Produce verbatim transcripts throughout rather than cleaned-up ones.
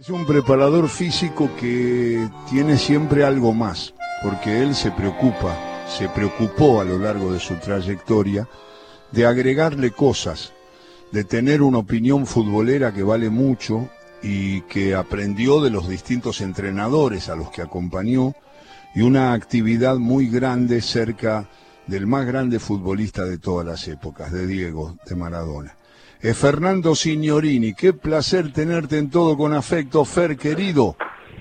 Es un preparador físico que tiene siempre algo más, porque él se preocupa, se preocupó a lo largo de su trayectoria de agregarle cosas, de tener una opinión futbolera que vale mucho y que aprendió de los distintos entrenadores a los que acompañó, y una actividad muy grande cerca del más grande futbolista de todas las épocas, de Diego, de Maradona. Eh, Fernando Signorini, qué placer tenerte en Todo con Afecto, Fer, querido.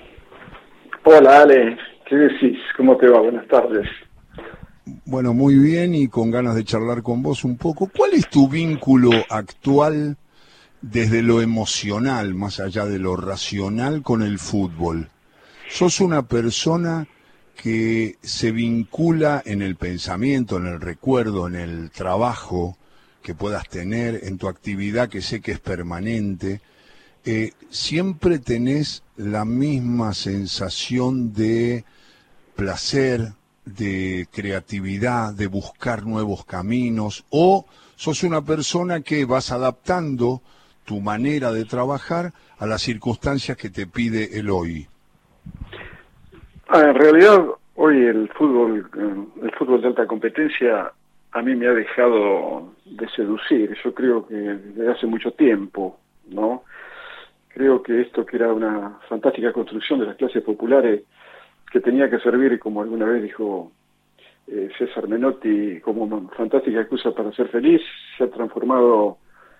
Hola Ale, ¿qué decís? ¿Cómo te va? Buenas tardes. Bueno, muy bien y con ganas de charlar con vos un poco. ¿Cuál es tu vínculo actual desde lo emocional, más allá de lo racional, con el fútbol? ¿Sos una persona que se vincula en el pensamiento, en el recuerdo, en el trabajo que puedas tener, en tu actividad que sé que es permanente? Eh, ¿Siempre tenés la misma sensación de placer, de creatividad, de buscar nuevos caminos? ¿O sos una persona que vas adaptando tu manera de trabajar a las circunstancias que te pide el hoy? Ah, en realidad, hoy el fútbol, el fútbol de alta competencia a mí me ha dejado de seducir. Yo creo que desde hace mucho tiempo, ¿no? Creo que esto, que era una fantástica construcción de las clases populares, que tenía que servir, como alguna vez dijo eh, César Menotti, como una fantástica excusa para ser feliz, se ha transformado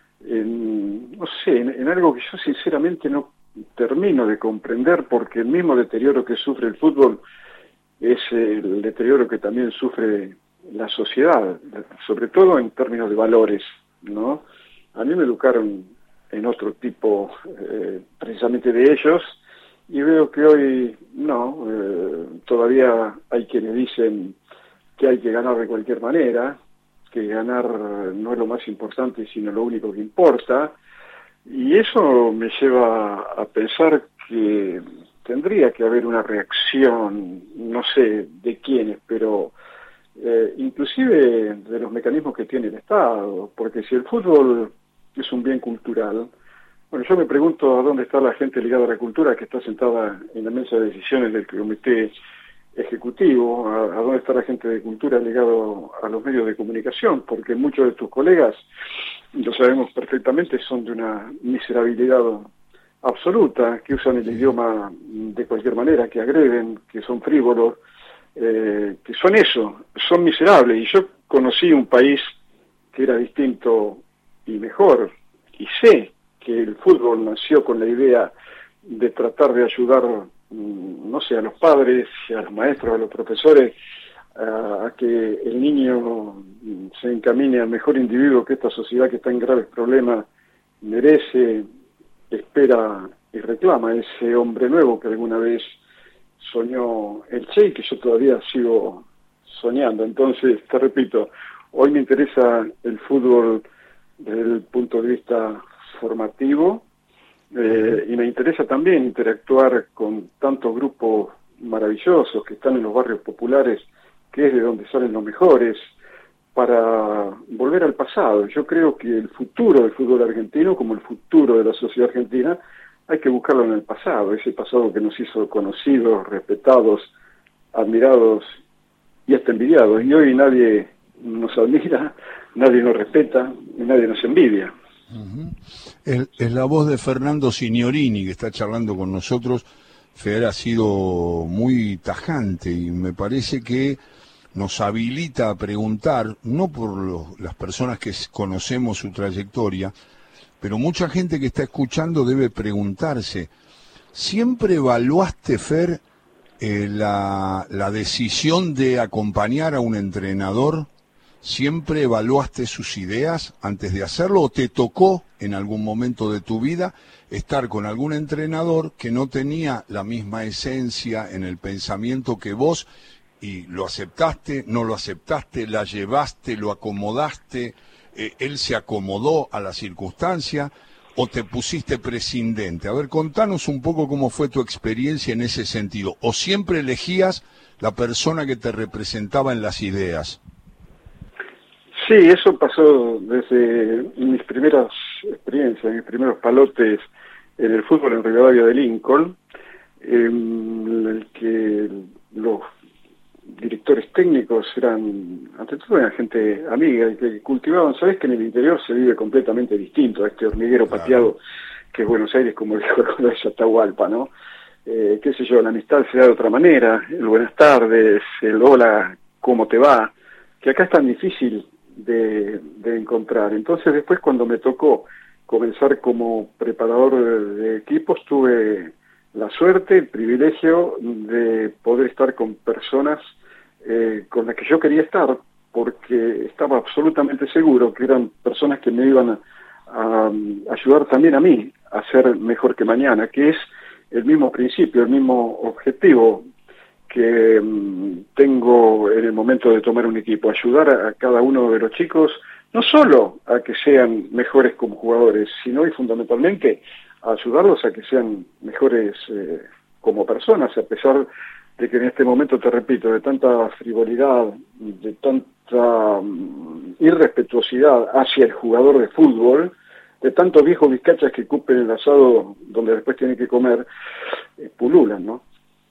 en, no sé, en, en algo que yo sinceramente no termino de comprender, porque el mismo deterioro que sufre el fútbol es el deterioro que también sufre la sociedad, sobre todo en términos de valores, ¿no? A mí me educaron en otro tipo, eh, precisamente de ellos, y veo que hoy no, eh, todavía hay quienes dicen que hay que ganar de cualquier manera, que ganar no es lo más importante, sino lo único que importa, y eso me lleva a pensar que tendría que haber una reacción, no sé de quiénes, pero eh, inclusive de los mecanismos que tiene el Estado, porque si el fútbol es un bien cultural, bueno, yo me pregunto a dónde está la gente ligada a la cultura que está sentada en la mesa de decisiones del comité ejecutivo, a, a dónde está la gente de cultura ligado a los medios de comunicación, porque muchos de tus colegas, lo sabemos perfectamente, son de una miserabilidad absoluta, que usan el idioma de cualquier manera, que agreden, que son frívolos, eh, que son eso, son miserables. Y yo conocí un país que era distinto y mejor, y sé que el fútbol nació con la idea de tratar de ayudar, no sé, a los padres, a los maestros, a los profesores, a, a que el niño se encamine al mejor individuo que esta sociedad, que está en graves problemas, merece, espera y reclama, ese hombre nuevo que alguna vez soñó el Che y que yo todavía sigo soñando. Entonces, te repito, hoy me interesa el fútbol desde el punto de vista formativo, eh, y me interesa también interactuar con tantos grupos maravillosos que están en los barrios populares, que es de donde salen los mejores, para volver al pasado. Yo creo que el futuro del fútbol argentino, como el futuro de la sociedad argentina, hay que buscarlo en el pasado, ese pasado que nos hizo conocidos, respetados, admirados y hasta envidiados. Y hoy nadie nos admira, nadie nos respeta y nadie nos envidia. Uh-huh. Es, es la voz de Fernando Signorini que está charlando con nosotros. Fer ha sido muy tajante y me parece que nos habilita a preguntar, no por los, las personas que conocemos su trayectoria, pero mucha gente que está escuchando debe preguntarse, ¿siempre evaluaste, Fer, eh, la, la decisión de acompañar a un entrenador? ¿Siempre evaluaste sus ideas antes de hacerlo o te tocó en algún momento de tu vida estar con algún entrenador que no tenía la misma esencia en el pensamiento que vos y lo aceptaste, no lo aceptaste, la llevaste, lo acomodaste, eh, él se acomodó a la circunstancia o te pusiste prescindente? A ver, contanos un poco cómo fue tu experiencia en ese sentido. ¿O siempre elegías la persona que te representaba en las ideas? Sí, eso pasó desde mis primeras experiencias, mis primeros palotes en el fútbol en Rivadavia de Lincoln, en el que los directores técnicos eran, ante todo, eran gente amiga y que cultivaban. Sabés que en el interior se vive completamente distinto a este hormiguero claro. pateado que es Buenos Aires, como dijo alguna vez Atahualpa, ¿no? Eh, qué sé yo, la amistad se da de otra manera, el buenas tardes, el hola, ¿cómo te va? Que acá es tan difícil de, de encontrar. Entonces después, cuando me tocó comenzar como preparador de, de equipos, tuve la suerte, el privilegio de poder estar con personas eh, con las que yo quería estar, porque estaba absolutamente seguro que eran personas que me iban a, a ayudar también a mí a ser mejor que mañana, que es el mismo principio, el mismo objetivo que um, tengo en el momento de tomar un equipo, ayudar a, a cada uno de los chicos, no solo a que sean mejores como jugadores, sino y fundamentalmente a ayudarlos a que sean mejores eh, como personas, a pesar de que en este momento, te repito, de tanta frivolidad, de tanta um, irrespetuosidad hacia el jugador de fútbol, de tantos viejos vizcachas que cupen el asado donde después tienen que comer, eh, pululan, ¿no?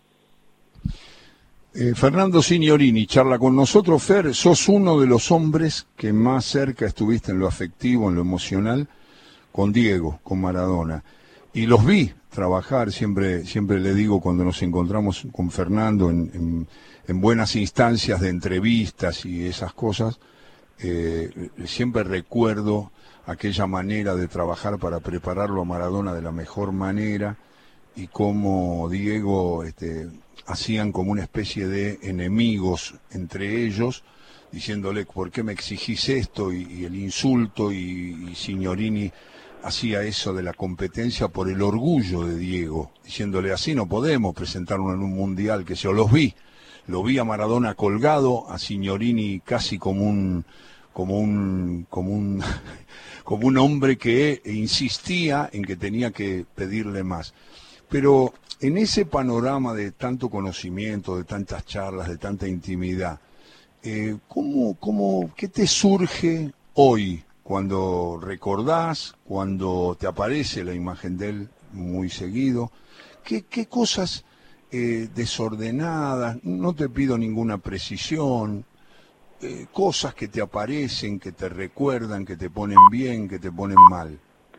Eh, Fernando Signorini charla con nosotros. Fer, sos uno de los hombres que más cerca estuviste en lo afectivo, en lo emocional, con Diego, con Maradona. Y los vi trabajar, siempre siempre le digo cuando nos encontramos con Fernando en, en, en buenas instancias de entrevistas y esas cosas, eh, siempre recuerdo aquella manera de trabajar para prepararlo a Maradona de la mejor manera y cómo Diego este, hacían como una especie de enemigos entre ellos, diciéndole ¿por qué me exigís esto? Y, y el insulto y, y Signorini hacía eso de la competencia por el orgullo de Diego, diciéndole así no podemos presentarlo en un mundial, que yo los vi, lo vi a Maradona colgado, a Signorini casi como un como un como un como un hombre que insistía en que tenía que pedirle más. Pero en ese panorama de tanto conocimiento, de tantas charlas, de tanta intimidad, eh, ¿cómo, cómo, qué te surge hoy cuando recordás, cuando te aparece la imagen de él muy seguido? ¿Qué, qué cosas eh, desordenadas? No te pido ninguna precisión. Eh, cosas que te aparecen, que te recuerdan, que te ponen bien, que te ponen mal.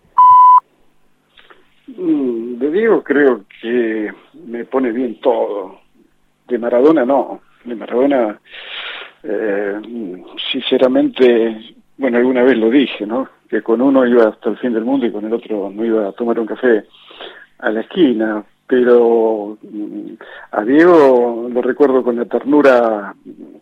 Mm, de Diego creo que me pone bien todo. De Maradona no. De Maradona, eh, sinceramente, bueno, alguna vez lo dije, ¿no? Que con uno iba hasta el fin del mundo y con el otro no iba a tomar un café a la esquina. Pero mm, a Diego lo recuerdo con la ternura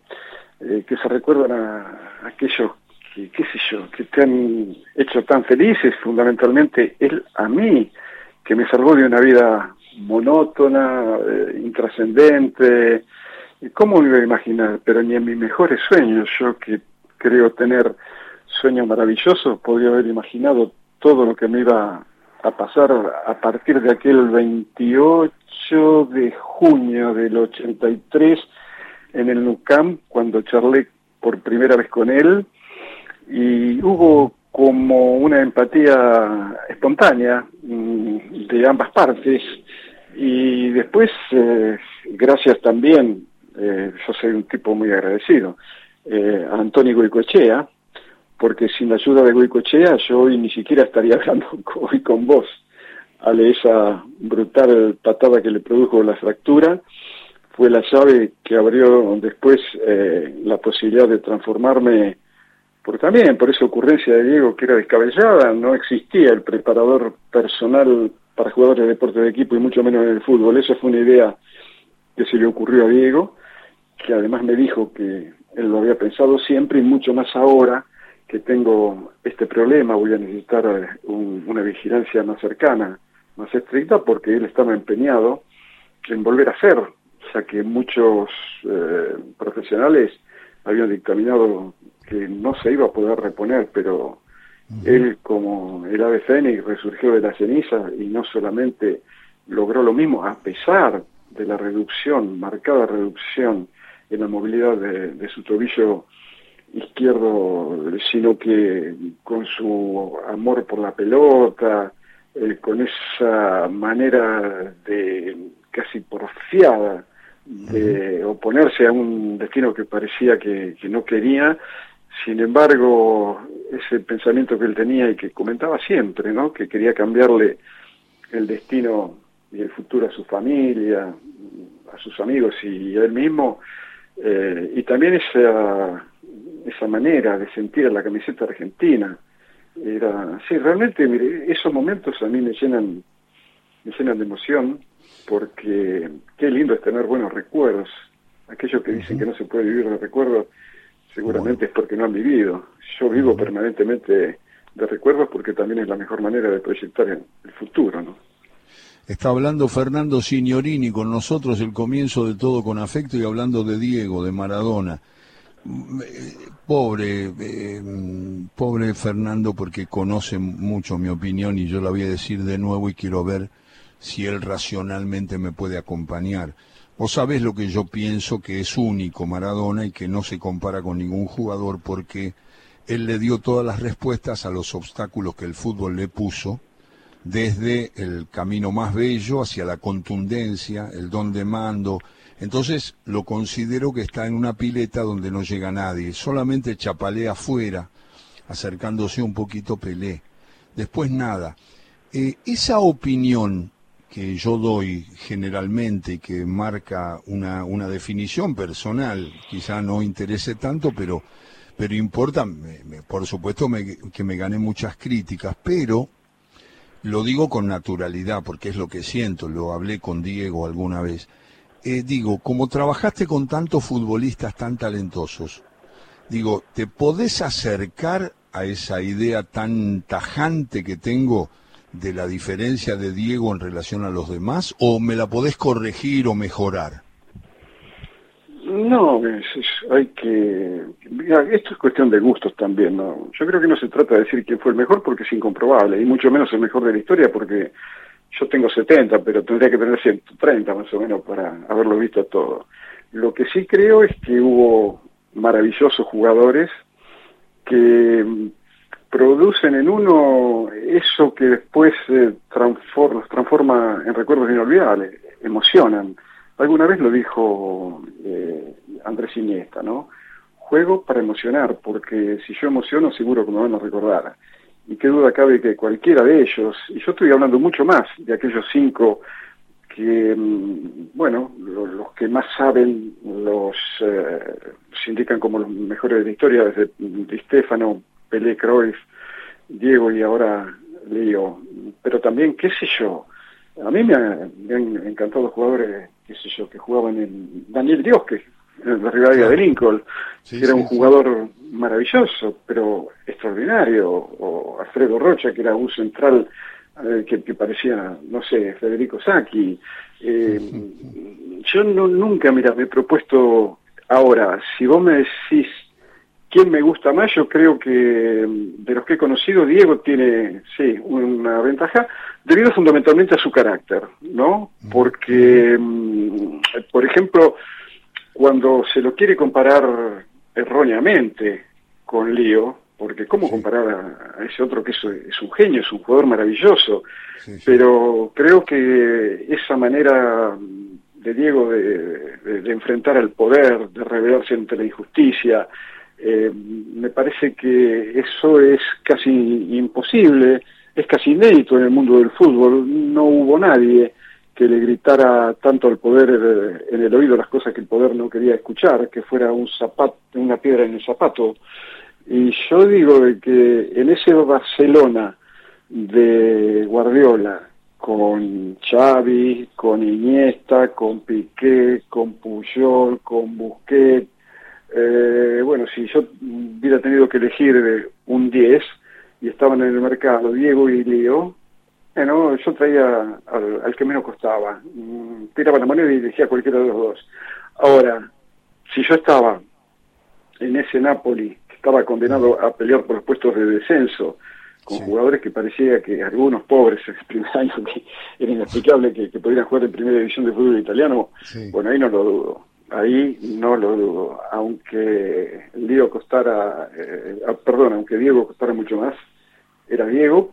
eh, que se recuerdan a, a aquellos que, qué sé yo, que te han hecho tan felices, fundamentalmente él a mí, que me salvó de una vida monótona, eh, intrascendente. ¿Cómo me iba a imaginar? Pero ni en mis mejores sueños, yo que creo tener sueños maravillosos, podría haber imaginado todo lo que me iba a pasar a partir de aquel veintiocho de junio del ochenta y tres en el Nou Camp, cuando charlé por primera vez con él, y hubo como una empatía espontánea mmm, de ambas partes, y después, eh, gracias también, eh, yo soy un tipo muy agradecido, eh, a Antonio Goicoechea, porque sin la ayuda de Goicoechea yo hoy ni siquiera estaría hablando hoy con vos. Ale, esa brutal patada que le produjo la fractura fue la llave que abrió después eh, la posibilidad de transformarme, por también por esa ocurrencia de Diego que era descabellada. No existía el preparador personal para jugadores de deporte de equipo y mucho menos en el fútbol. Esa fue una idea que se le ocurrió a Diego, que además me dijo que él lo había pensado siempre y mucho más ahora que tengo este problema. Voy a necesitar un, una vigilancia más cercana, más estricta, porque él estaba empeñado en volver a ser, ya que muchos eh, profesionales habían dictaminado que no se iba a poder reponer, pero uh-huh. él, como el ave fénix, resurgió de la ceniza y no solamente logró lo mismo, a pesar de la reducción, marcada reducción en la movilidad de, de su tobillo izquierdo, sino que con su amor por la pelota, eh, con esa manera de casi porfiada de oponerse a un destino que parecía que, que no quería. Sin embargo, ese pensamiento que él tenía y que comentaba siempre, ¿no?, que quería cambiarle el destino y el futuro a su familia, a sus amigos y a él mismo, eh, y también esa esa manera de sentir a la camiseta argentina. Era, sí, realmente, mire, esos momentos a mí me llenan, me llenan de emoción, porque qué lindo es tener buenos recuerdos. Aquellos que dicen uh-huh. que no se puede vivir de recuerdos, seguramente bueno. es porque no han vivido. Yo vivo uh-huh. permanentemente de recuerdos, porque también es la mejor manera de proyectar el, el futuro, ¿no? Está hablando Fernando Signorini con nosotros, el comienzo de Todo con Afecto, y hablando de Diego, de Maradona. Pobre, eh, pobre Fernando, porque conoce mucho mi opinión y yo la voy a decir de nuevo y quiero ver si él racionalmente me puede acompañar. Vos sabés lo que yo pienso, que es único Maradona y que no se compara con ningún jugador, porque él le dio todas las respuestas a los obstáculos que el fútbol le puso, desde el camino más bello hacia la contundencia, el don de mando. Entonces lo considero que está en una pileta donde no llega nadie, solamente chapalea afuera, acercándose un poquito Pelé. Después nada. Eh, esa opinión que yo doy generalmente, que marca una, una definición personal, quizá no interese tanto, pero, pero importa, me, me, por supuesto me, que me gané muchas críticas, pero lo digo con naturalidad porque es lo que siento, lo hablé con Diego alguna vez. Eh, digo, como trabajaste con tantos futbolistas tan talentosos, digo, ¿te podés acercar a esa idea tan tajante que tengo de la diferencia de Diego en relación a los demás, o me la podés corregir o mejorar? No, es, es, hay que... Mira, esto es cuestión de gustos también, ¿no? Yo creo que no se trata de decir quién fue el mejor, porque es incomprobable, y mucho menos el mejor de la historia, porque yo tengo setenta, pero tendría que tener ciento treinta más o menos para haberlo visto todo. Lo que sí creo es que hubo maravillosos jugadores que producen en uno eso que después eh, transforma, los transforma en recuerdos inolvidables, emocionan. Alguna vez lo dijo eh, Andrés Iniesta, ¿no? Juego para emocionar, porque si yo emociono seguro que me van a recordar. Y qué duda cabe que cualquiera de ellos, y yo estoy hablando mucho más de aquellos cinco que, bueno, los, los que más saben, los eh, se indican como los mejores de la historia, desde Di Stéfano, Pelé, Cruyff, Diego y ahora Leo. Pero también, qué sé yo, a mí me, ha, me han encantado los jugadores, qué sé yo, que jugaban en Daniel Diosque, en la Rivadavia de Lincoln, sí, que era sí, un jugador sí. maravilloso, pero extraordinario, o Alfredo Rocha, que era un central eh, que, que parecía, no sé, Federico Sacchi. Eh, yo no, nunca, mira, me he propuesto ahora, si vos me decís quién me gusta más, yo creo que de los que he conocido, Diego tiene, sí, una ventaja, debido fundamentalmente a su carácter, ¿no? Porque, por ejemplo, cuando se lo quiere comparar erróneamente con Leo, porque cómo sí. comparar a, a ese otro que es, es un genio, es un jugador maravilloso, sí, sí. pero creo que esa manera de Diego de, de, de enfrentar al poder, de rebelarse ante la injusticia, eh, me parece que eso es casi imposible, es casi inédito en el mundo del fútbol. No hubo nadie que le gritara tanto al poder en el oído las cosas que el poder no quería escuchar, que fuera un zapato, una piedra en el zapato. Y yo digo de que en ese Barcelona de Guardiola, con Xavi, con Iniesta, con Piqué, con Puyol, con Busquets, eh, bueno, si yo hubiera tenido que elegir un diez y estaban en el mercado Diego y Leo, bueno, yo traía al, al que menos costaba, tiraba la moneda y elegía a cualquiera de los dos. Ahora, si yo estaba en ese Napoli, que estaba condenado a pelear por los puestos de descenso, con sí. jugadores que parecía que algunos pobres en el primer año, que era inexplicable que, que pudieran jugar en primera división de fútbol italiano, sí. bueno, ahí no lo dudo, ahí no lo dudo, aunque Leo costara, eh, perdón, aunque Diego costara mucho más, era Diego,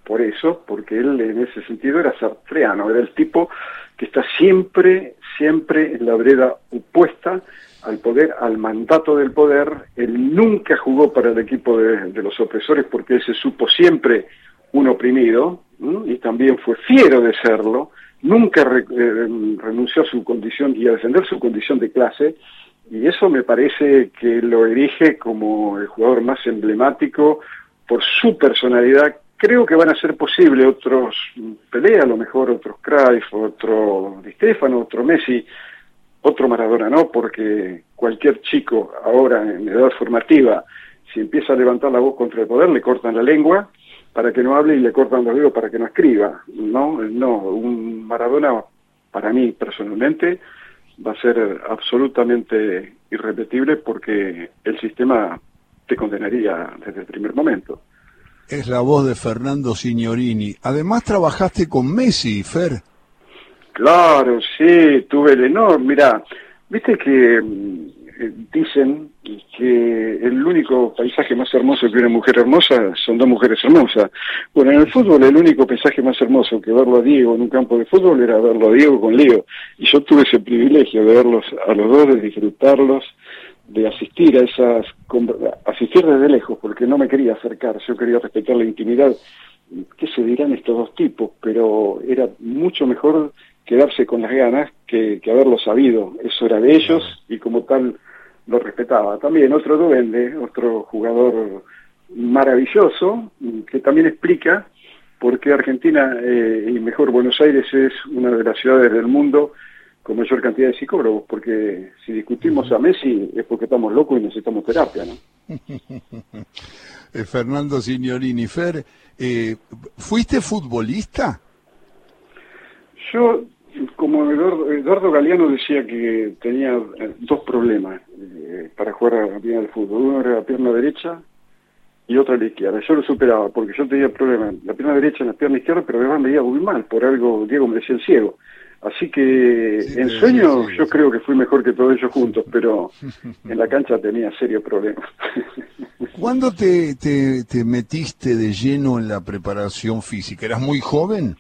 por eso, porque él en ese sentido era sartreano, era el tipo que está siempre, siempre en la vereda opuesta al poder, al mandato del poder. Él nunca jugó para el equipo de, de los opresores porque él se supo siempre un oprimido, ¿m? Y también fue fiero de serlo, nunca re, eh, renunció a su condición y a defender su condición de clase, y eso me parece que lo erige como el jugador más emblemático por su personalidad. Creo que van a ser posibles otros Pelé, a lo mejor otros Cruyff, otro Di Stéfano, otro Messi, otro Maradona, no, porque cualquier chico ahora en edad formativa, si empieza a levantar la voz contra el poder, le cortan la lengua para que no hable y le cortan los dedos para que no escriba. No, no, un Maradona, para mí personalmente, va a ser absolutamente irrepetible porque el sistema te condenaría desde el primer momento. Es la voz de Fernando Signorini. Además trabajaste con Messi, Fer. Claro, sí, tuve el honor. Mirá, viste que eh, dicen que el único paisaje más hermoso que una mujer hermosa son dos mujeres hermosas. Bueno, en el fútbol el único paisaje más hermoso que verlo a Diego en un campo de fútbol era verlo a Diego con Leo. Y yo tuve ese privilegio de verlos a los dos, de disfrutarlos, de asistir a esas, asistir desde lejos, porque no me quería acercar, yo quería respetar la intimidad. ¿Qué se dirán estos dos tipos? Pero era mucho mejor quedarse con las ganas que, que haberlo sabido. Eso era de ellos y como tal lo respetaba. También otro duende, otro jugador maravilloso, que también explica por qué Argentina, eh, y mejor Buenos Aires, es una de las ciudades del mundo con mayor cantidad de psicólogos, porque si discutimos a Messi es porque estamos locos y necesitamos terapia, ¿no? eh, Fernando Signorini. Fer, eh, ¿fuiste futbolista? Yo, como Eduardo, Eduardo Galeano decía que tenía dos problemas eh, para jugar bien al fútbol. Uno era la pierna derecha y otra la izquierda. Yo lo superaba porque yo tenía problemas la pierna derecha y la pierna izquierda, pero además me iba muy mal. Por algo Diego me decía el ciego. Así que sí, en sueño sí, sí, yo sí. creo que fui mejor que todos ellos juntos, pero en la cancha tenía serios problemas. ¿Cuándo te, te, te metiste de lleno en la preparación física? ¿Eras muy joven?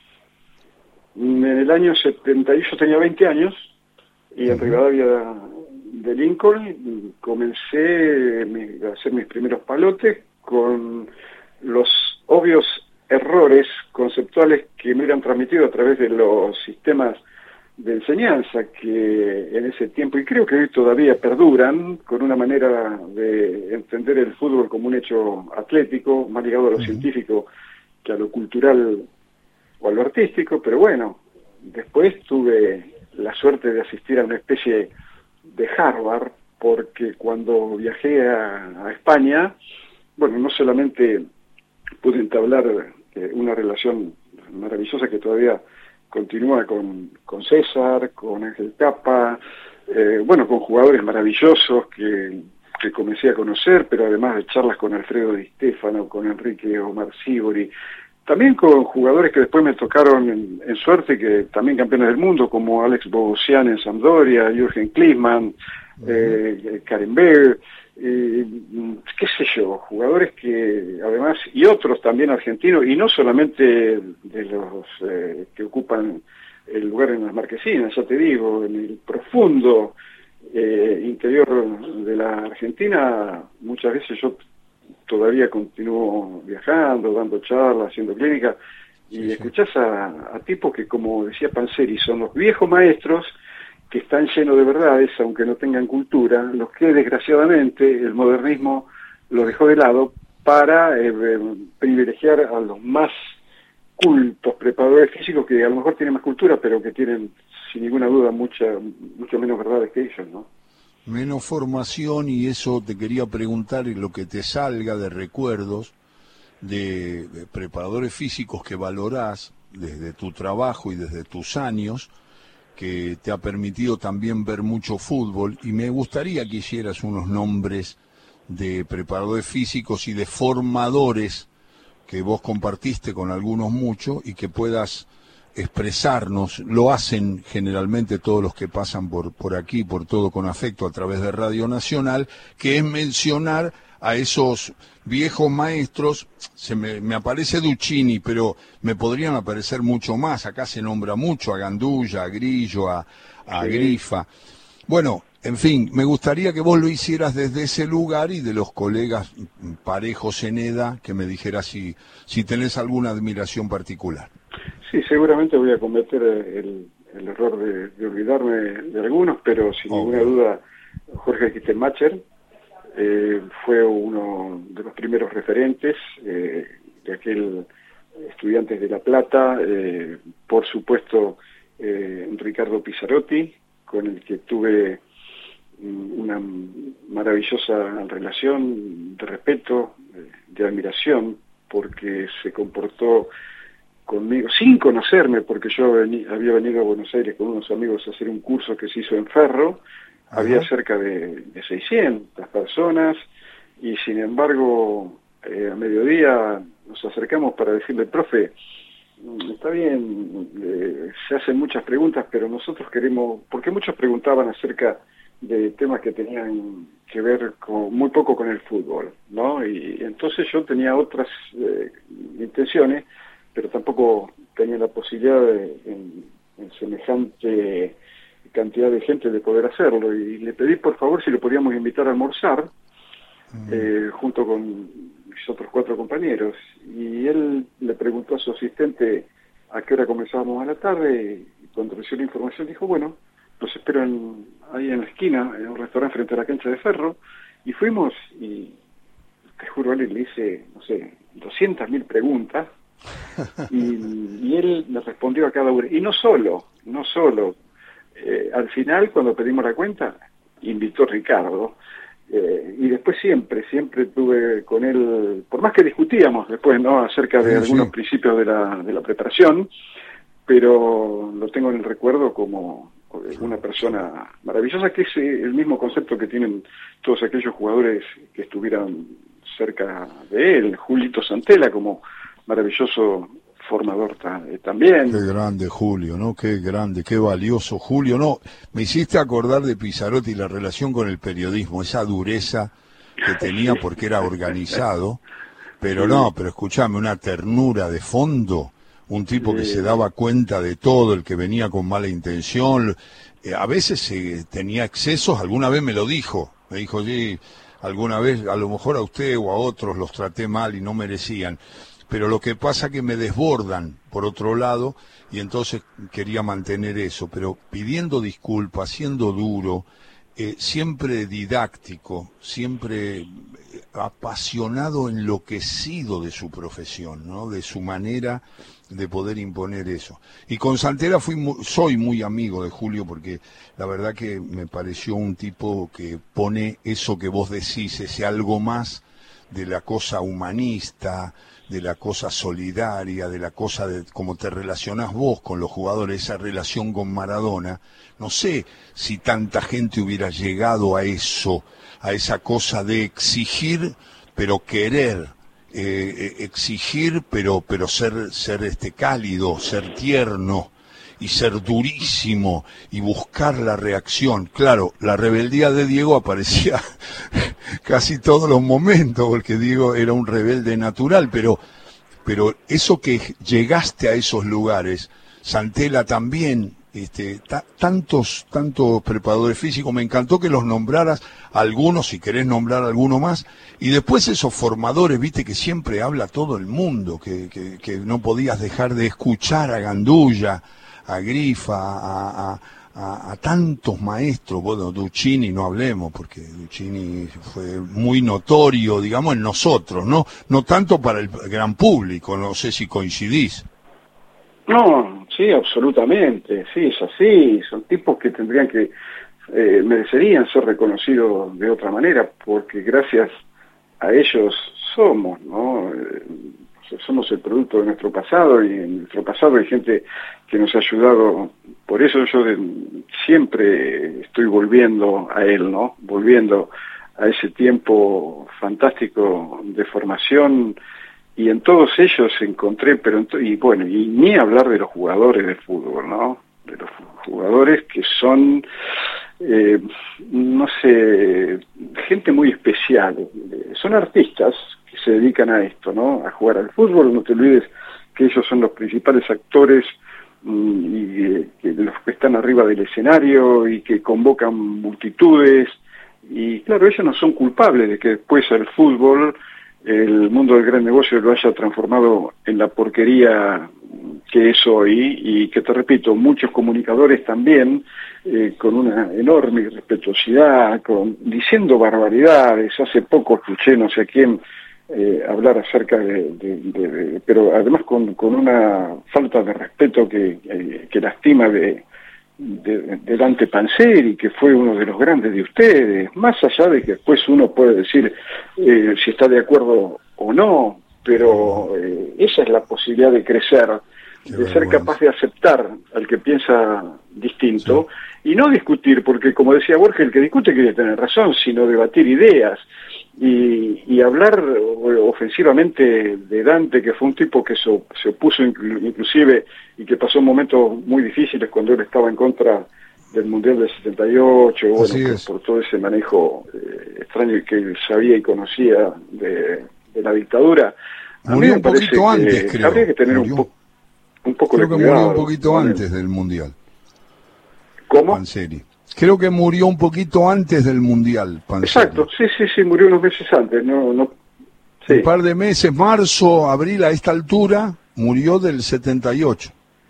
En el año setenta y uno yo tenía veinte años y en Rivadavia de Lincoln comencé a hacer mis primeros palotes con los obvios errores conceptuales que me eran transmitidos a través de los sistemas de enseñanza que en ese tiempo, y creo que hoy todavía perduran, con una manera de entender el fútbol como un hecho atlético, más ligado a lo uh-huh. científico que a lo cultural o a lo artístico. Pero bueno, después tuve la suerte de asistir a una especie de Harvard, porque cuando viajé a, a España, bueno, no solamente pude entablar eh, una relación maravillosa que todavía continúa con, con César, con Ángel Capa, eh, bueno, con jugadores maravillosos que, que comencé a conocer, pero además de charlas con Alfredo Di Stéfano, con Enrique Omar Sívori, también con jugadores que después me tocaron en, en suerte, que también campeones del mundo, como Alex Bogosian en Sampdoria, Jürgen Klinsmann, uh-huh. eh, Karen Berg, eh, qué sé yo, jugadores que además, y otros también argentinos, y no solamente de los eh, que ocupan el lugar en las marquesinas, ya te digo, en el profundo eh, interior de la Argentina, muchas veces yo todavía continúo viajando, dando charlas, haciendo clínicas, y sí, escuchás a, a tipos que, como decía Panzeri, son los viejos maestros que están llenos de verdades, aunque no tengan cultura, los que desgraciadamente el modernismo los dejó de lado para eh, privilegiar a los más cultos preparadores físicos, que a lo mejor tienen más cultura, pero que tienen sin ninguna duda mucha, mucho menos verdades que ellos, ¿no? Menos formación, y eso te quería preguntar, y lo que te salga de recuerdos de, de preparadores físicos que valorás desde tu trabajo y desde tus años, que te ha permitido también ver mucho fútbol, y me gustaría que hicieras unos nombres de preparadores físicos y de formadores que vos compartiste con algunos muchos y que puedas expresarnos. Lo hacen generalmente todos los que pasan por, por aquí, por Todo con Afecto, a través de Radio Nacional, que es mencionar a esos viejos maestros. Se me, me aparece Duccini, pero me podrían aparecer mucho más. Acá se nombra mucho a Gandulla, a Grillo, a, a Sí. Grifa. Bueno, en fin, me gustaría que vos lo hicieras desde ese lugar y de los colegas parejos en edad, que me dijeras si, si tenés alguna admiración particular. Sí, seguramente voy a cometer el, el error de, de olvidarme de algunos, pero sin Obvio. ninguna duda Jorge Kittelmacher eh, fue uno de los primeros referentes eh, de aquel Estudiantes de La Plata, eh, por supuesto eh, Ricardo Pizzarotti, con el que tuve una maravillosa relación de respeto, de admiración, porque se comportó conmigo, sin conocerme, porque yo vení, había venido a Buenos Aires con unos amigos a hacer un curso que se hizo en Ferro. Ajá. Había cerca de, de seiscientas personas, y sin embargo, eh, a mediodía nos acercamos para decirle, profe, está bien, eh, se hacen muchas preguntas, pero nosotros queremos, porque muchos preguntaban acerca de temas que tenían que ver con, muy poco con el fútbol, ¿no? Y entonces yo tenía otras eh, intenciones, pero tampoco tenía la posibilidad de, en, en semejante cantidad de gente, de poder hacerlo, y le pedí por favor si lo podíamos invitar a almorzar mm. eh, junto con mis otros cuatro compañeros, y él le preguntó a su asistente a qué hora comenzábamos a la tarde, y cuando recibió la información dijo, bueno, los espero en, ahí en la esquina, en un restaurante frente a la cancha de Ferro, y fuimos, y te juro, él le hice, no sé, doscientas mil preguntas, y, y él me respondió a cada una, y no solo, no solo, eh, al final cuando pedimos la cuenta, invitó a Ricardo, eh, y después siempre, siempre tuve con él, por más que discutíamos después, ¿no?, acerca de sí, algunos sí. principios de la, de la preparación, pero lo tengo en el recuerdo como una persona maravillosa, que es el mismo concepto que tienen todos aquellos jugadores que estuvieran cerca de él, Julito Santella como maravilloso formador también. Qué grande Julio, ¿no? Qué grande, qué valioso Julio, ¿no? Me hiciste acordar de Pizzarotti y la relación con el periodismo, esa dureza que tenía sí. porque era organizado, pero sí. no, pero escúchame, una ternura de fondo, un tipo sí. que se daba cuenta de todo, el que venía con mala intención, eh, a veces eh, tenía excesos, alguna vez me lo dijo, me dijo, sí, alguna vez a lo mejor a usted o a otros los traté mal y no merecían, pero lo que pasa que me desbordan por otro lado, y entonces quería mantener eso, pero pidiendo disculpas, siendo duro, eh, siempre didáctico, siempre apasionado, enloquecido de su profesión, ¿no?, de su manera de poder imponer eso. Y con Santella fui muy, soy muy amigo de Julio, porque la verdad que me pareció un tipo que pone eso que vos decís, ese algo más de la cosa humanista, de la cosa solidaria, de la cosa de cómo te relacionás vos con los jugadores, esa relación con Maradona. No sé si tanta gente hubiera llegado a eso, a esa cosa de exigir, pero querer, eh, exigir, pero pero ser ser este cálido, ser tierno y ser durísimo y buscar la reacción. Claro, la rebeldía de Diego aparecía casi todos los momentos, porque Diego era un rebelde natural, pero pero eso que llegaste a esos lugares, Santella también, este, ta, tantos tantos preparadores físicos, me encantó que los nombraras, algunos, si querés nombrar alguno más, y después esos formadores, viste, que siempre habla todo el mundo, que, que, que no podías dejar de escuchar a Gandulla, a Grifa, a, a, a, a tantos maestros. Bueno, Duccini no hablemos, porque Duccini fue muy notorio, digamos, en nosotros, ¿no? No tanto para el gran público, no sé si coincidís. No, sí, absolutamente, sí, es así, son tipos que tendrían que, eh, merecerían ser reconocidos de otra manera, porque gracias a ellos somos, ¿no? Eh, somos el producto de nuestro pasado, y en nuestro pasado hay gente que nos ha ayudado. Por eso yo de, siempre estoy volviendo a él, ¿no? Volviendo a ese tiempo fantástico de formación, y en todos ellos encontré, pero en y bueno, y ni hablar de los jugadores de fútbol, ¿no? De los jugadores que son, eh, no sé, gente muy especial, son son artistas que se dedican a esto, ¿no? A jugar al fútbol. No te olvides que ellos son los principales actores y eh, que los que están arriba del escenario y que convocan multitudes. Y claro, ellos no son culpables de que después el fútbol, el mundo del gran negocio, lo haya transformado en la porquería que es hoy, y que, te repito, muchos comunicadores también, eh, con una enorme irrespetuosidad, con, diciendo barbaridades. Hace poco escuché no sé a quién eh, hablar acerca de, de, de, de, pero además con, con una falta de respeto que, eh, que lastima de, de, de Dante Panzeri, que fue uno de los grandes de ustedes, más allá de que después uno puede decir eh, si está de acuerdo o no, pero eh, esa es la posibilidad de crecer, de ser capaz de aceptar al que piensa distinto, sí, y no discutir, porque como decía Borges, el que discute quiere tener razón, sino debatir ideas y, y hablar ofensivamente de Dante, que fue un tipo que so, se opuso inclusive y que pasó momentos muy difíciles cuando él estaba en contra del Mundial del setenta y ocho, bueno, por, por todo ese manejo eh, extraño que él sabía y conocía de, de la dictadura. Murió un poquito antes, que creo. Habría que tener murió. un poco un poco creo de que cuidado, murió un poquito ¿no? antes del Mundial. ¿Cómo? Panzeri. Creo que murió un poquito antes del Mundial, Panzeri. Exacto, sí, sí, sí, murió unos meses antes, no, no. Sí. Un par de meses, marzo, abril, a esta altura, murió del setenta y ocho.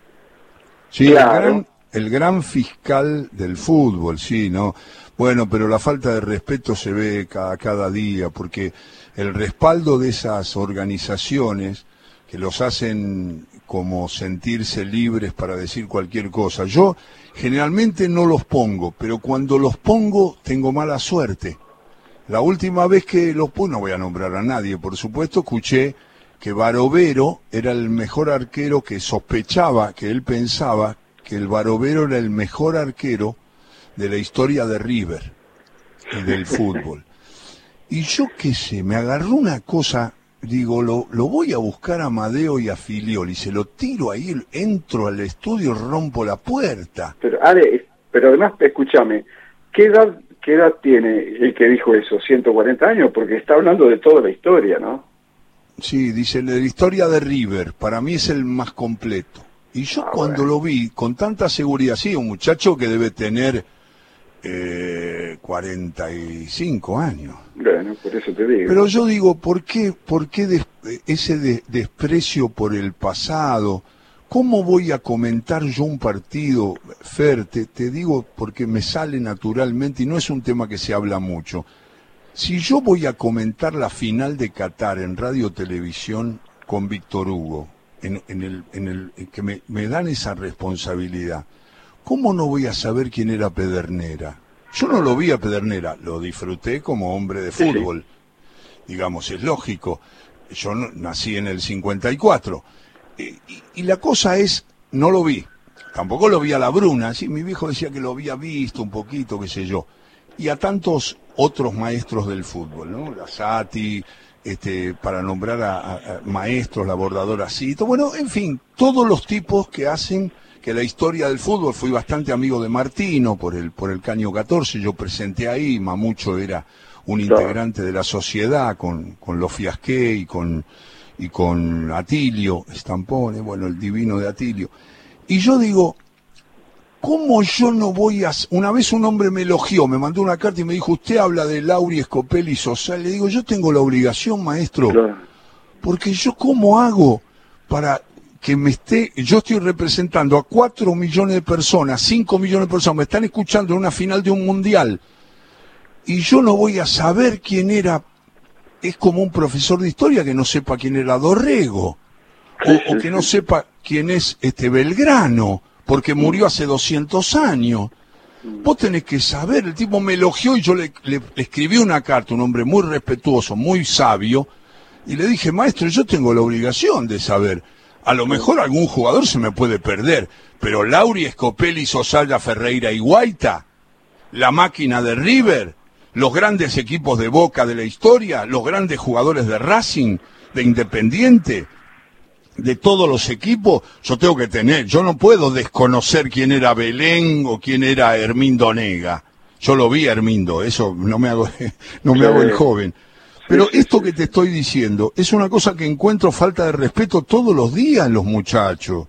Sí, claro. el, gran, el gran fiscal del fútbol, sí, ¿no? Bueno, pero la falta de respeto se ve cada, cada día, porque el respaldo de esas organizaciones que los hacen como sentirse libres para decir cualquier cosa. Yo generalmente no los pongo, pero cuando los pongo tengo mala suerte. La última vez que los puse, no voy a nombrar a nadie, por supuesto, escuché que Barovero era el mejor arquero, que sospechaba, que él pensaba que el Barovero era el mejor arquero de la historia de River y del fútbol. Y yo qué sé, me agarró una cosa, digo, lo, lo voy a buscar a Amadeo y a Filioli, se lo tiro ahí, entro al estudio, rompo la puerta. Pero, Ale, pero además, escúchame, ¿qué edad, qué edad tiene el que dijo eso? ¿ciento cuarenta años? Porque está hablando de toda la historia, ¿no? Sí, dice, la historia de River, para mí es el más completo. Y yo ah, cuando bueno. lo vi, con tanta seguridad, sí, un muchacho que debe tener eh, cuarenta y cinco años. Bueno, por eso te digo. Pero yo digo, ¿por qué, por qué des, ese de, desprecio por el pasado? ¿Cómo voy a comentar yo un partido, Fer? Te, te digo porque me sale naturalmente y no es un tema que se habla mucho. Si yo voy a comentar la final de Qatar en Radio Televisión con Víctor Hugo, en, en el, en el, en que me, me dan esa responsabilidad, ¿cómo no voy a saber quién era Pedernera? Yo no lo vi a Pedernera, lo disfruté como hombre de fútbol, digamos, es lógico. Yo no, nací en el cincuenta y cuatro, y, y, y la cosa es, no lo vi, tampoco lo vi a la Bruna, sí, mi viejo decía que lo había visto un poquito, qué sé yo, y a tantos otros maestros del fútbol, ¿no? La Sati, este, para nombrar a, a, a maestros, la bordadora Cito, bueno, en fin, todos los tipos que hacen que la historia del fútbol. Fui bastante amigo de Martino por el por el Caño catorce, yo presenté ahí, Mamucho era un integrante de la sociedad con, con los Fiasqué y con, y con Atilio Stampone, bueno, el divino de Atilio. Y yo digo, ¿cómo yo no voy a...? Una vez un hombre me elogió, me mandó una carta y me dijo, usted habla de Lauri, Scopelli y Sosa. Le digo, yo tengo la obligación, maestro, claro, porque yo ¿cómo hago para que me esté... Yo estoy representando a cuatro millones de personas, cinco millones de personas, me están escuchando en una final de un mundial, y yo no voy a saber quién era... Es como un profesor de historia que no sepa quién era Dorrego, o, o que no sepa quién es este Belgrano, porque murió hace doscientos años. Vos tenés que saber, el tipo me elogió y yo le, le, le escribí una carta, un hombre muy respetuoso, muy sabio, y le dije, maestro, yo tengo la obligación de saber. A lo mejor algún jugador se me puede perder, pero Lauri, Scopelli, Sosaya, Ferreira y Guaita, la máquina de River, los grandes equipos de Boca de la historia, los grandes jugadores de Racing, de Independiente, de todos los equipos, yo tengo que tener, yo no puedo desconocer quién era Belén o quién era Hermindo Nega. Yo lo vi a Hermindo, eso no me hago, no me hago el joven. Pero sí, esto sí, que te sí. estoy diciendo es una cosa que encuentro falta de respeto todos los días en los muchachos.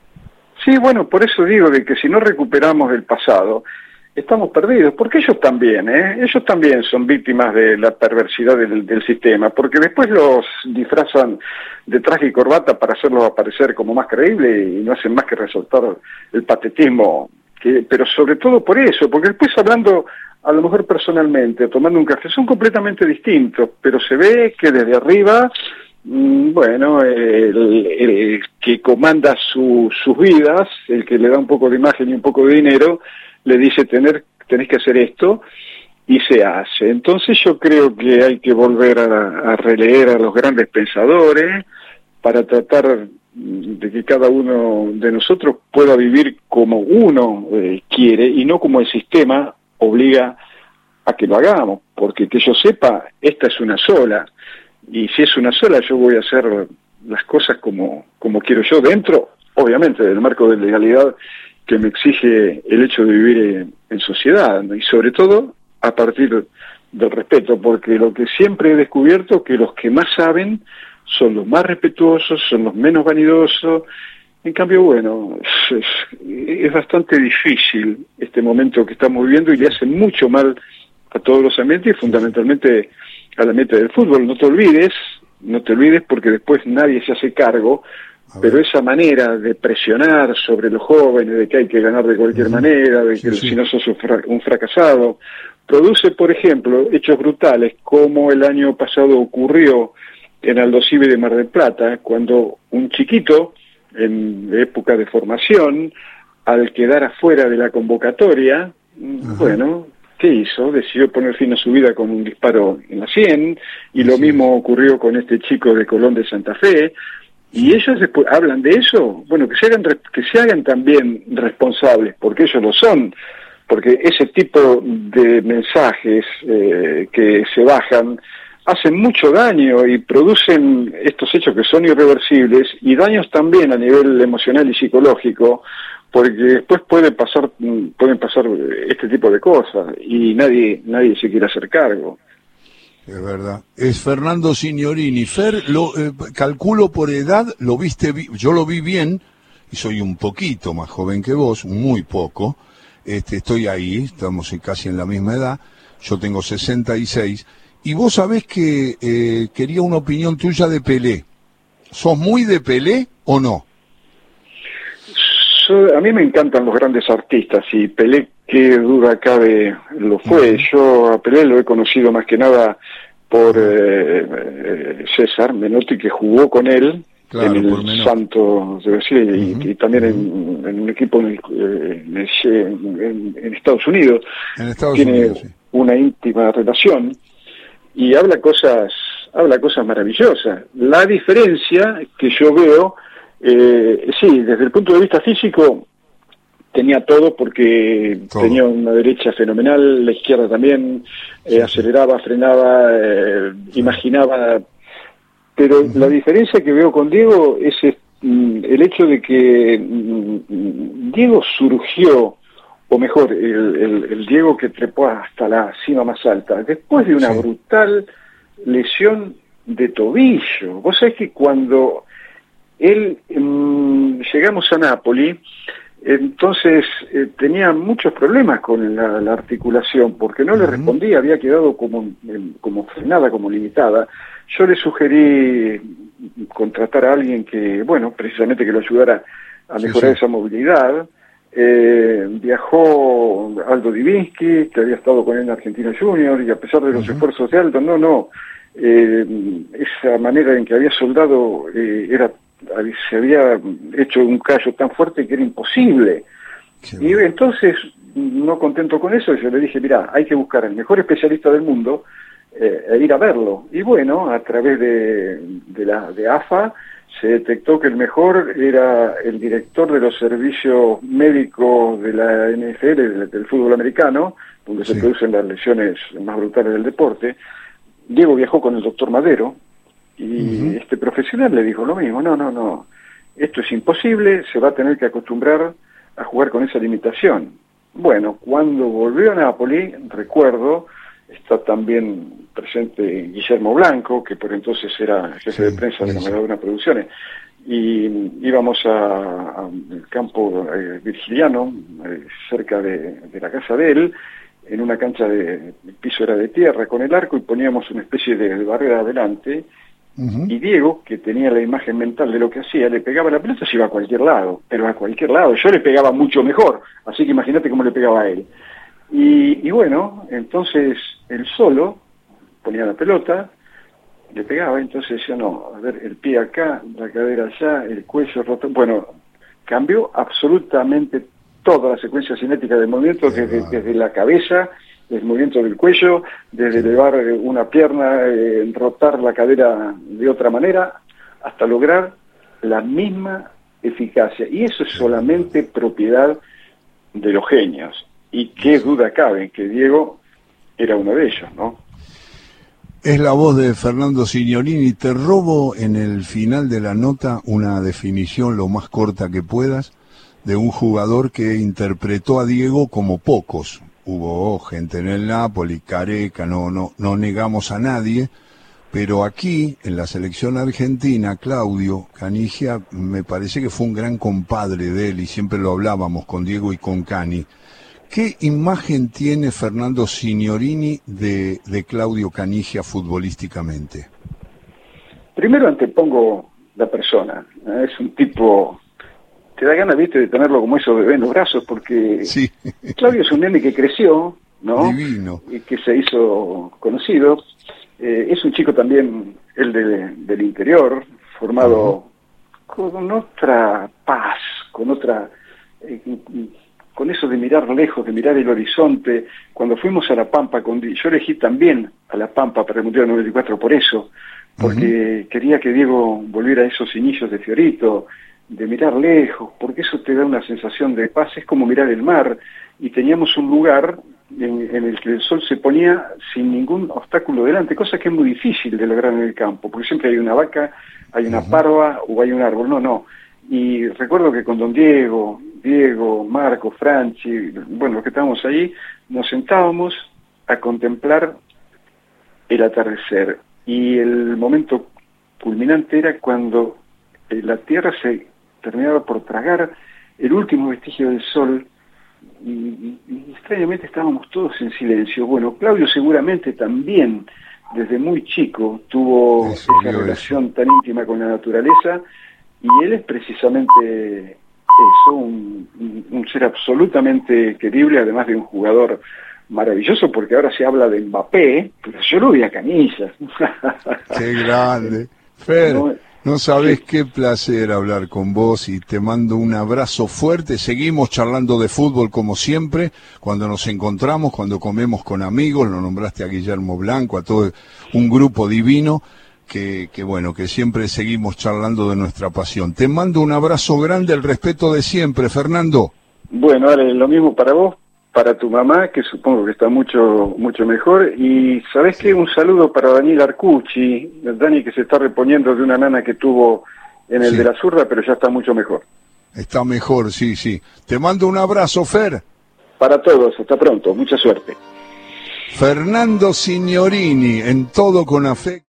Sí, bueno, por eso digo de que si no recuperamos el pasado, estamos perdidos, porque ellos también, ¿eh? Ellos también son víctimas de la perversidad del, del sistema, porque después los disfrazan de traje y corbata para hacerlos aparecer como más creíbles y no hacen más que resaltar el patetismo, que, pero sobre todo por eso, porque después hablando a lo mejor personalmente, tomando un café, son completamente distintos, pero se ve que desde arriba, mm, bueno, el, el que comanda su, sus vidas, el que le da un poco de imagen y un poco de dinero, le dice tener, tenés que hacer esto, y se hace. Entonces yo creo que hay que volver a, a releer a los grandes pensadores para tratar de que cada uno de nosotros pueda vivir como uno eh, quiere y no como el sistema obliga a que lo hagamos, porque que yo sepa, esta es una sola, y si es una sola yo voy a hacer las cosas como, como quiero yo, dentro, obviamente, del marco de legalidad que me exige el hecho de vivir en, en sociedad, ¿no? Y sobre todo a partir del respeto, porque lo que siempre he descubierto que los que más saben son los más respetuosos, son los menos vanidosos. En cambio, bueno, es, es, es bastante difícil este momento que estamos viviendo y le hace mucho mal a todos los ambientes y fundamentalmente al ambiente del fútbol. No te olvides, no te olvides porque después nadie se hace cargo, pero esa manera de presionar sobre los jóvenes, de que hay que ganar de cualquier uh-huh. manera, de que sí, sí. si no sos un, fra- un fracasado, produce, por ejemplo, hechos brutales como el año pasado ocurrió en Aldosivi de Mar del Plata, cuando un chiquito, en época de formación, al quedar afuera de la convocatoria, uh-huh. bueno, ¿qué hizo? Decidió poner fin a su vida con un disparo en la sien, y lo sí. mismo ocurrió con este chico de Colón de Santa Fe, y ellos después hablan de eso, bueno, que se hagan, que se hagan también responsables, porque ellos lo son, porque ese tipo de mensajes eh, que se bajan hacen mucho daño y producen estos hechos que son irreversibles y daños también a nivel emocional y psicológico, porque después puede pasar, pueden pasar este tipo de cosas y nadie, nadie se quiere hacer cargo. Es verdad. Es Fernando Signorini. Fer, lo eh, calculo por edad, lo viste, vi- yo lo vi bien, y soy un poquito más joven que vos, muy poco. Este, estoy ahí, estamos casi en la misma edad. Yo tengo sesenta y seis. Y vos sabés que eh, quería una opinión tuya de Pelé. ¿Sos muy de Pelé o no? So, a mí me encantan los grandes artistas y Pelé, qué duda cabe, lo fue. Uh-huh. Yo a Pelé lo he conocido más que nada por eh, eh, César Menotti, que jugó con él claro, en el Santos de Brasil uh-huh. y, y también uh-huh. en, en un equipo en, en, en, en Estados Unidos. En Estados Tiene Unidos, sí. una íntima relación y habla cosas, habla cosas maravillosas. La diferencia que yo veo, eh, sí, desde el punto de vista físico, tenía todo porque todo. Tenía una derecha fenomenal, la izquierda también, eh, sí, aceleraba, sí. frenaba, eh, sí. imaginaba, pero uh-huh. la diferencia que veo con Diego es mm, el hecho de que mm, Diego surgió, o mejor, el, el, el Diego que trepó hasta la cima más alta, después de una sí. brutal lesión de tobillo. Vos sabés que cuando él mm, llegamos a Nápoli, entonces eh, tenía muchos problemas con la, la articulación, porque no uh-huh. le respondía, había quedado como, como frenada, como limitada. Yo le sugerí contratar a alguien que, bueno, precisamente que lo ayudara a mejorar sí, sí. esa movilidad. Eh, viajó Aldo Divinsky, que había estado con él en Argentina Junior, y a pesar de los uh-huh. esfuerzos de Aldo, no, no, eh, esa manera en que había soldado eh, era se había hecho un callo tan fuerte que era imposible. Sí, y bueno. entonces, no contento con eso, yo le dije, mira, hay que buscar al mejor especialista del mundo eh, e ir a verlo. Y bueno, a través de, de la de A F A se detectó que el mejor era el director de los servicios médicos de la N F L, del, del fútbol americano, donde sí. se producen las lesiones más brutales del deporte. Diego viajó con el doctor Madero, y uh-huh. este profesional le dijo lo mismo, no, no, no, esto es imposible, se va a tener que acostumbrar a jugar con esa limitación. Bueno, cuando volvió a Nápoli, recuerdo, está también presente Guillermo Blanco, que por entonces era jefe sí, de prensa de la Maradona Producciones, y íbamos al campo eh, virgiliano, eh, cerca de, de la casa de él, en una cancha de el piso era de tierra con el arco, y poníamos una especie de, de barrera adelante, uh-huh. y Diego, que tenía la imagen mental de lo que hacía, le pegaba la pelota, se iba a cualquier lado, pero a cualquier lado. Yo le pegaba mucho mejor, así que imagínate cómo le pegaba a él. Y, y bueno, entonces él solo ponía la pelota, le pegaba, entonces decía, no, a ver, el pie acá, la cadera allá, el cuello roto. Bueno, cambió absolutamente toda la secuencia cinética del movimiento, desde, desde la cabeza, el movimiento del cuello, desde elevar una pierna, eh, rotar la cadera de otra manera, hasta lograr la misma eficacia. Y eso es solamente propiedad de los genios. Y qué duda cabe que Diego era uno de ellos, ¿no? Es la voz de Fernando Signorini. Te robo en el final de la nota una definición lo más corta que puedas de un jugador que interpretó a Diego como pocos. Hubo gente en el Napoli, Careca, no, no, no negamos a nadie, pero aquí, en la selección argentina, Claudio Canigia, me parece que fue un gran compadre de él, y siempre lo hablábamos con Diego y con Cani. ¿Qué imagen tiene Fernando Signorini de, de Claudio Canigia futbolísticamente? Primero antepongo la persona. Es un tipo, te da ganas, viste, de tenerlo como esos bebés en los brazos, porque sí. Claudio es un nene que creció, ¿no? Divino. Y que se hizo conocido. Eh, es un chico también, el de, del interior, formado uh-huh. con otra paz, con otra... Eh, con eso de mirar lejos, de mirar el horizonte. Cuando fuimos a La Pampa, con, yo elegí también a La Pampa para el Mundial noventa y cuatro por eso, porque uh-huh. quería que Diego volviera a esos inicios de Fiorito, de mirar lejos, porque eso te da una sensación de paz, es como mirar el mar, y teníamos un lugar en, en el que el sol se ponía sin ningún obstáculo delante, cosa que es muy difícil de lograr en el campo, porque siempre hay una vaca, hay una uh-huh. parva o hay un árbol, no, no. Y recuerdo que con don Diego, Diego, Marco, Franchi, bueno, los que estábamos ahí, nos sentábamos a contemplar el atardecer. Y el momento culminante era cuando eh, la Tierra se terminaba por tragar el último vestigio del sol, y, y, y extrañamente estábamos todos en silencio. Bueno, Claudio seguramente también, desde muy chico, tuvo eso, esa relación eso. tan íntima con la naturaleza, y él es precisamente eso, un, un, un ser absolutamente querible, además de un jugador maravilloso, porque ahora se habla de Mbappé, pero yo lo vi a Canilla. Qué grande. Fer, no, no sabés sí. qué placer hablar con vos, y te mando un abrazo fuerte. Seguimos charlando de fútbol como siempre, cuando nos encontramos, cuando comemos con amigos. Lo nombraste a Guillermo Blanco, a todo un grupo divino. Que, que bueno, que siempre seguimos charlando de nuestra pasión. Te mando un abrazo grande, el respeto de siempre, Fernando. Bueno, Ale, lo mismo para vos, para tu mamá, que supongo que está mucho mucho mejor, y ¿sabés sí. qué? Un saludo para Daniel Arcucci, Dani, que se está reponiendo de una nana que tuvo en el sí. de la zurda, pero ya está mucho mejor. Está mejor, sí, sí. Te mando un abrazo, Fer. Para todos, hasta pronto, mucha suerte. Fernando Signorini, en Todo con Afecto.